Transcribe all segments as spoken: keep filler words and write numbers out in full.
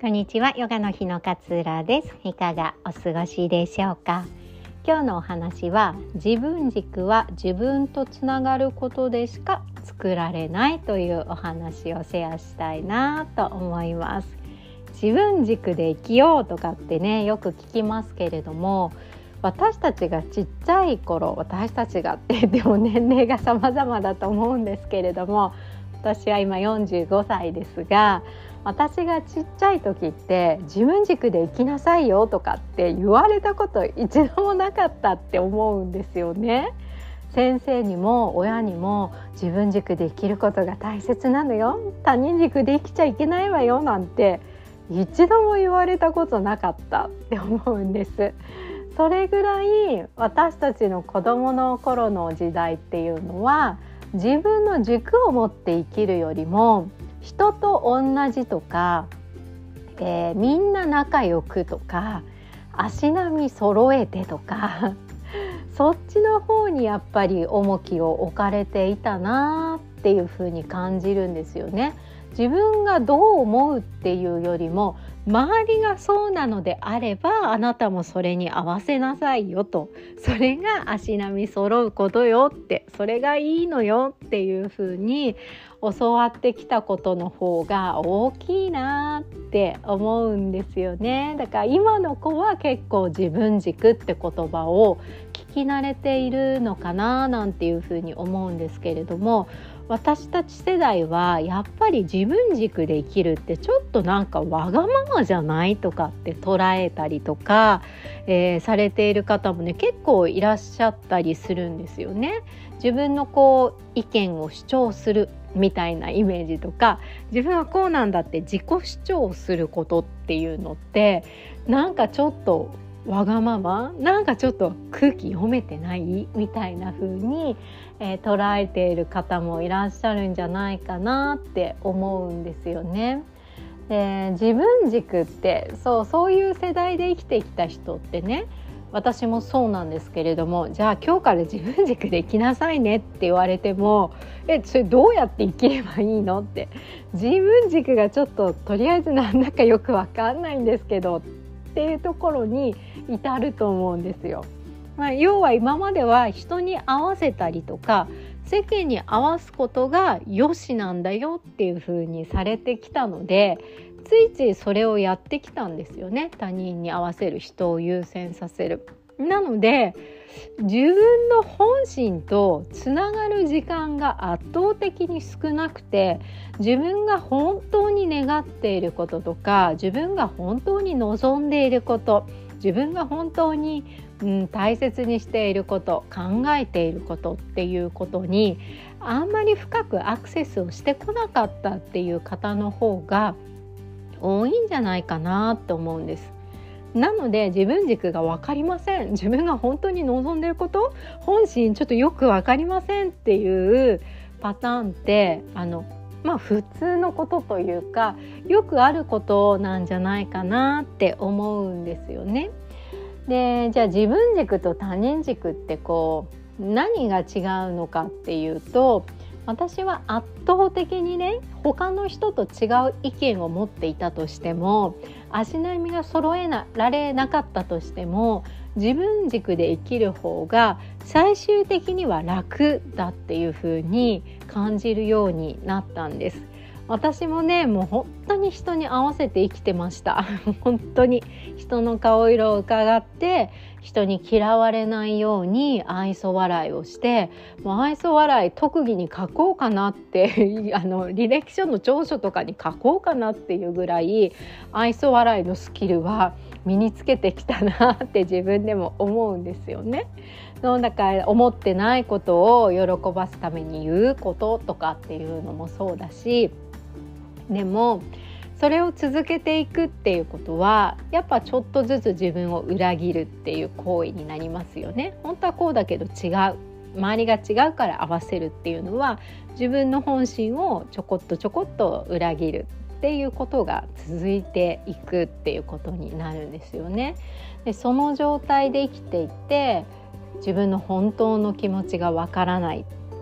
こんにちは、ヨガの日の勝浦です。いかがお過ごしでしょうか。今日のお話は、自分軸は自分とつながることでしか作られないというお話をシェアしたいなと思います。自分軸で生きようとかってね、よく聞きますけれども、私たちがちっちゃい頃、私たちがってでも年齢が様々だと思うんですけれども、私は今よんじゅうごさいですが、私がちっちゃい時って自分軸で生きなさいよとかって言われたこと一度もなかったって思うんですよね。先生にも親にも自分軸で生きることが大切なのよ、他人軸で生きちゃいけないわよなんて一度も言われたことなかったって思うんです。それぐらい私たちの子どもの頃の時代っていうのは、自分の軸を持って生きるよりも人と同じとか、えー、みんな仲良くとか、足並み揃えてとかそっちの方にやっぱり重きを置かれていたなっていうふうに感じるんですよね。自分がどう思うっていうよりも、周りがそうなのであればあなたもそれに合わせなさいよと、それが足並み揃うことよって、それがいいのよっていうふうに教わってきたことの方が大きいなって思うんですよね。だから今の子は結構自分軸って言葉を聞き慣れているのかななんていうふうに思うんですけれども、私たち世代はやっぱり自分軸で生きるってちょっとなんかわがままじゃないとかって捉えたりとか、えー、されている方もね結構いらっしゃったりするんですよね。自分のこう意見を主張するみたいなイメージとか、自分はこうなんだって自己主張することっていうのってなんかちょっとわがまま、なんかちょっと空気読めてないみたいな風に、えー、捉えている方もいらっしゃるんじゃないかなって思うんですよね。で、自分軸ってそうそういう世代で生きてきた人ってね、私もそうなんですけれども、じゃあ今日から自分軸で生きなさいねって言われても、えそれどうやって生きればいいのって、自分軸がちょっととりあえずなんだかよくわかんないんですけどっていうところに至ると思うんですよ。まあ、要は今までは人に合わせたりとか世間に合わすことが良しなんだよっていう風にされてきたので、ついついそれをやってきたんですよね。他人に合わせる、人を優先させる。なので自分の本心とつながる時間が圧倒的に少なくて、自分が本当に願っていることとか、自分が本当に望んでいること、自分が本当に、うん、大切にしていること、考えていることっていうことにあんまり深くアクセスをしてこなかったっていう方の方が多いんじゃないかなと思うんです。なので自分軸が分かりません、自分が本当に望んでいること、本心ちょっとよく分かりませんっていうパターンってあのまあ普通のことというか、よくあることなんじゃないかなって思うんですよね。で、じゃあ自分軸と他人軸ってこう何が違うのかっていうと、私は圧倒的にね、他の人と違う意見を持っていたとしても、足並みが揃えられなかったとしても、自分軸で生きる方が最終的には楽だっていう風に感じるようになったんです。私もね、もう本当に人に合わせて生きてました本当に人の顔色を伺って人に嫌われないように愛想笑いをして、もう愛想笑い特技に書こうかなってあの履歴書の長所とかに書こうかなっていうぐらい愛想笑いのスキルは身につけてきたなって自分でも思うんですよね。そうだから思ってないことを喜ばすために言うこととかっていうのもそうだし、でもそれを続けていくっていうことはやっぱちょっとずつ自分を裏切るっていう行為になりますよね。本当はこうだけど違う、周りが違うから合わせるっていうのは自分の本心をちょこっとちょこっと裏切るっていうことが続いていくっていうことになるんですよね。で、その状態で生きていって自分の本当の気持ちがわからない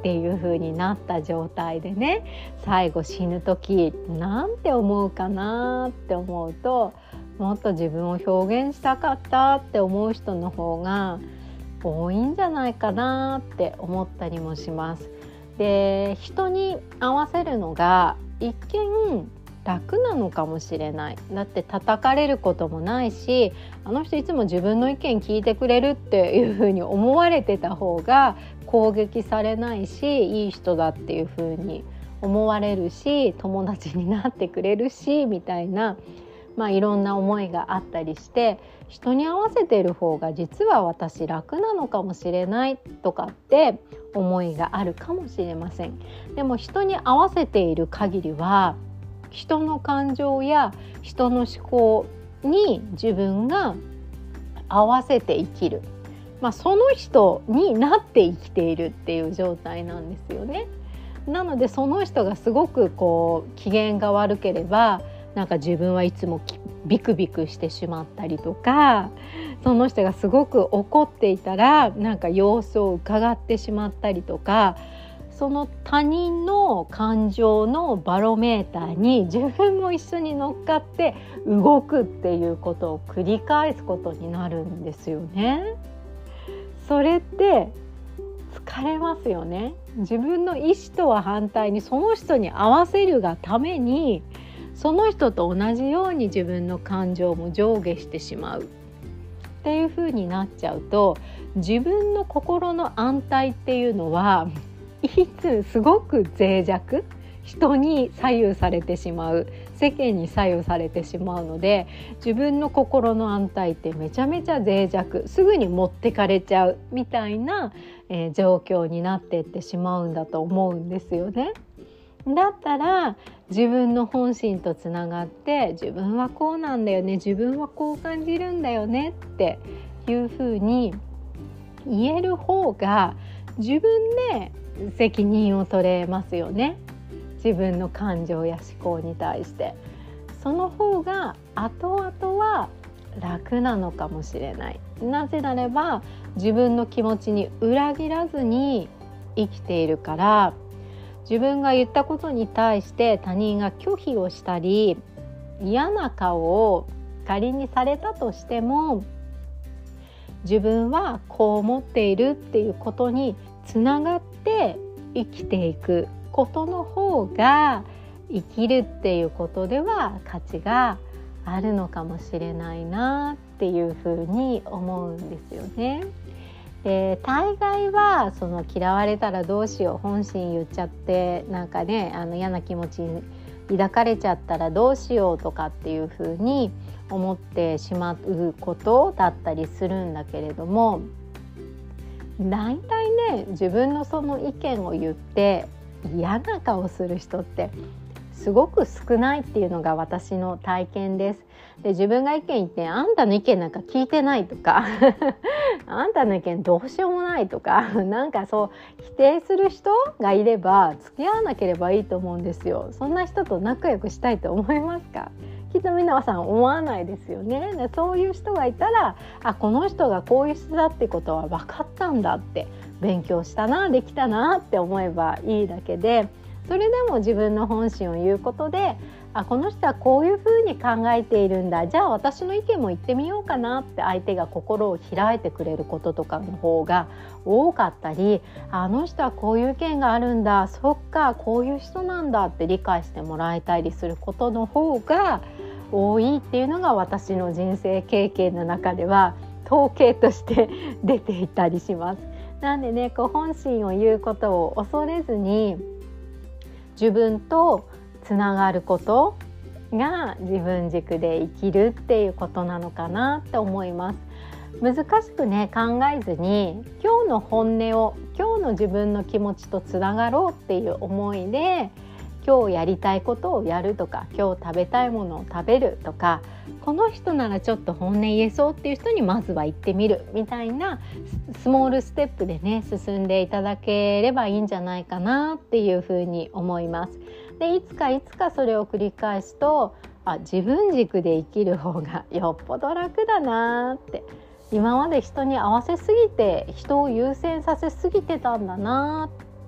っていう風になった状態でね、最後死ぬ時なんて思うかなって思うと、もっと自分を表現したかったって思う人の方が多いんじゃないかなって思ったりもします。で、人に合わせるのが一見楽なのかもしれない。だって叩かれることもないし、あの人いつも自分の意見聞いてくれるっていうふうに思われてた方が攻撃されないし、いい人だっていうふうに思われるし、友達になってくれるしみたいな、まあいろんな思いがあったりして、人に合わせている方が実は私楽なのかもしれないとかって思いがあるかもしれません。でも人に合わせている限りは、人の感情や人の思考に自分が合わせて生きる、まあ、その人になって生きているっていう状態なんですよね。なのでその人がすごくこう機嫌が悪ければ、なんか自分はいつもビクビクしてしまったりとか、その人がすごく怒っていたらなんか様子を伺ってしまったりとか、その他人の感情のバロメーターに自分も一緒に乗っかって動くっていうことを繰り返すことになるんですよね。それって疲れますよね。自分の意思とは反対にその人に合わせるがために、その人と同じように自分の感情も上下してしまうっていう風になっちゃうと、自分の心の安泰っていうのはいつすごく脆弱、人に左右されてしまう、世間に左右されてしまうので、自分の心の安泰ってめちゃめちゃ脆弱、すぐに持ってかれちゃうみたいな、えー、状況になっていってしまうんだと思うんですよね。だったら自分の本心とつながって、自分はこうなんだよね、自分はこう感じるんだよねっていうふうに言える方が自分で責任を取れますよね。自分の感情や思考に対して、その方が後々は楽なのかもしれない。なぜならば自分の気持ちに裏切らずに生きているから、自分が言ったことに対して他人が拒否をしたり、嫌な顔を仮にされたとしても、自分はこう思っているっていうことにつながって生きていくことの方が、生きるっていうことでは価値があるのかもしれないなっていうふうに思うんですよね。で、大概はその嫌われたらどうしよう、本心言っちゃってなんかね、あの嫌な気持ちに抱かれちゃったらどうしようとかっていうふうに思ってしまうことだったりするんだけれども、大体ね、自分のその意見を言って嫌な顔する人ってすごく少ないっていうのが私の体験です。で、自分が意見言って、あんたの意見なんか聞いてないとかあんたの意見どうしようもないとかなんかそう否定する人がいれば付き合わなければいいと思うんですよ。そんな人と仲良くしたいと思いますか？きっと皆さん思わないですよね。で、そういう人がいたら、あ、この人がこういう人だってことは分かったんだって、勉強したな、できたなって思えばいいだけで、それでも自分の本心を言うことで、あ、この人はこういうふうに考えているんだ、じゃあ私の意見も言ってみようかなって相手が心を開いてくれることとかの方が多かったり、あの人はこういう意見があるんだ、そっかこういう人なんだって理解してもらえたりすることの方が多いっていうのが私の人生経験の中では統計として出ていたりします。なんでね、こう本心を言うことを恐れずに、自分とつながることが自分軸で生きるっていうことなのかなって思います。難しくね考えずに、今日の本音を、今日の自分の気持ちとつながろうっていう思いで、今日やりたいことをやるとか、今日食べたいものを食べるとか、この人ならちょっと本音言えそうっていう人にまずは行ってみるみたいなスモールステップでね進んでいただければいいんじゃないかなっていうふうに思います。で、いつかいつかそれを繰り返すと、あ、自分軸で生きる方がよっぽど楽だなって、今まで人に合わせすぎて、人を優先させすぎてたんだなっ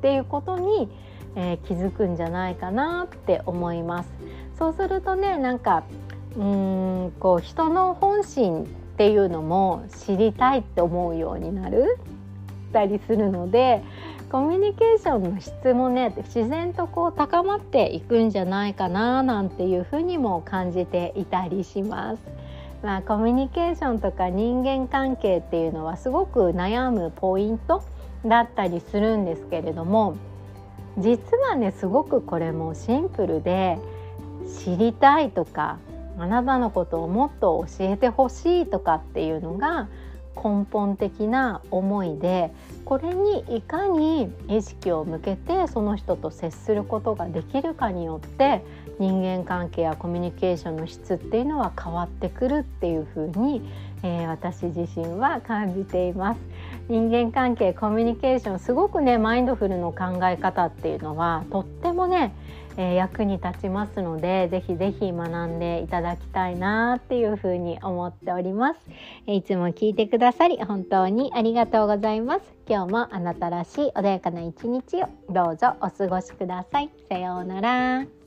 っていうことに、えー、気づくんじゃないかなって思います。そうするとね、なんかうーんこう人の本心っていうのも知りたいって思うようになるたりするので、コミュニケーションの質もね自然とこう高まっていくんじゃないかななんていうふうにも感じていたりします。まあ、コミュニケーションとか人間関係っていうのはすごく悩むポイントだったりするんですけれども、実はねすごくこれもシンプルで、知りたいとかあなたのことをもっと教えてほしいとかっていうのが根本的な思いで、これにいかに意識を向けてその人と接することができるかによって人間関係やコミュニケーションの質っていうのは変わってくるっていうふうに、えー、私自身は感じています。人間関係、コミュニケーション、すごくねマインドフルの考え方っていうのはとってもね、えー、役に立ちますので、ぜひぜひ学んでいただきたいなっていうふうに思っております。いつも聞いてくださり本当にありがとうございます。今日もあなたらしい穏やかな一日をどうぞお過ごしください。さようなら。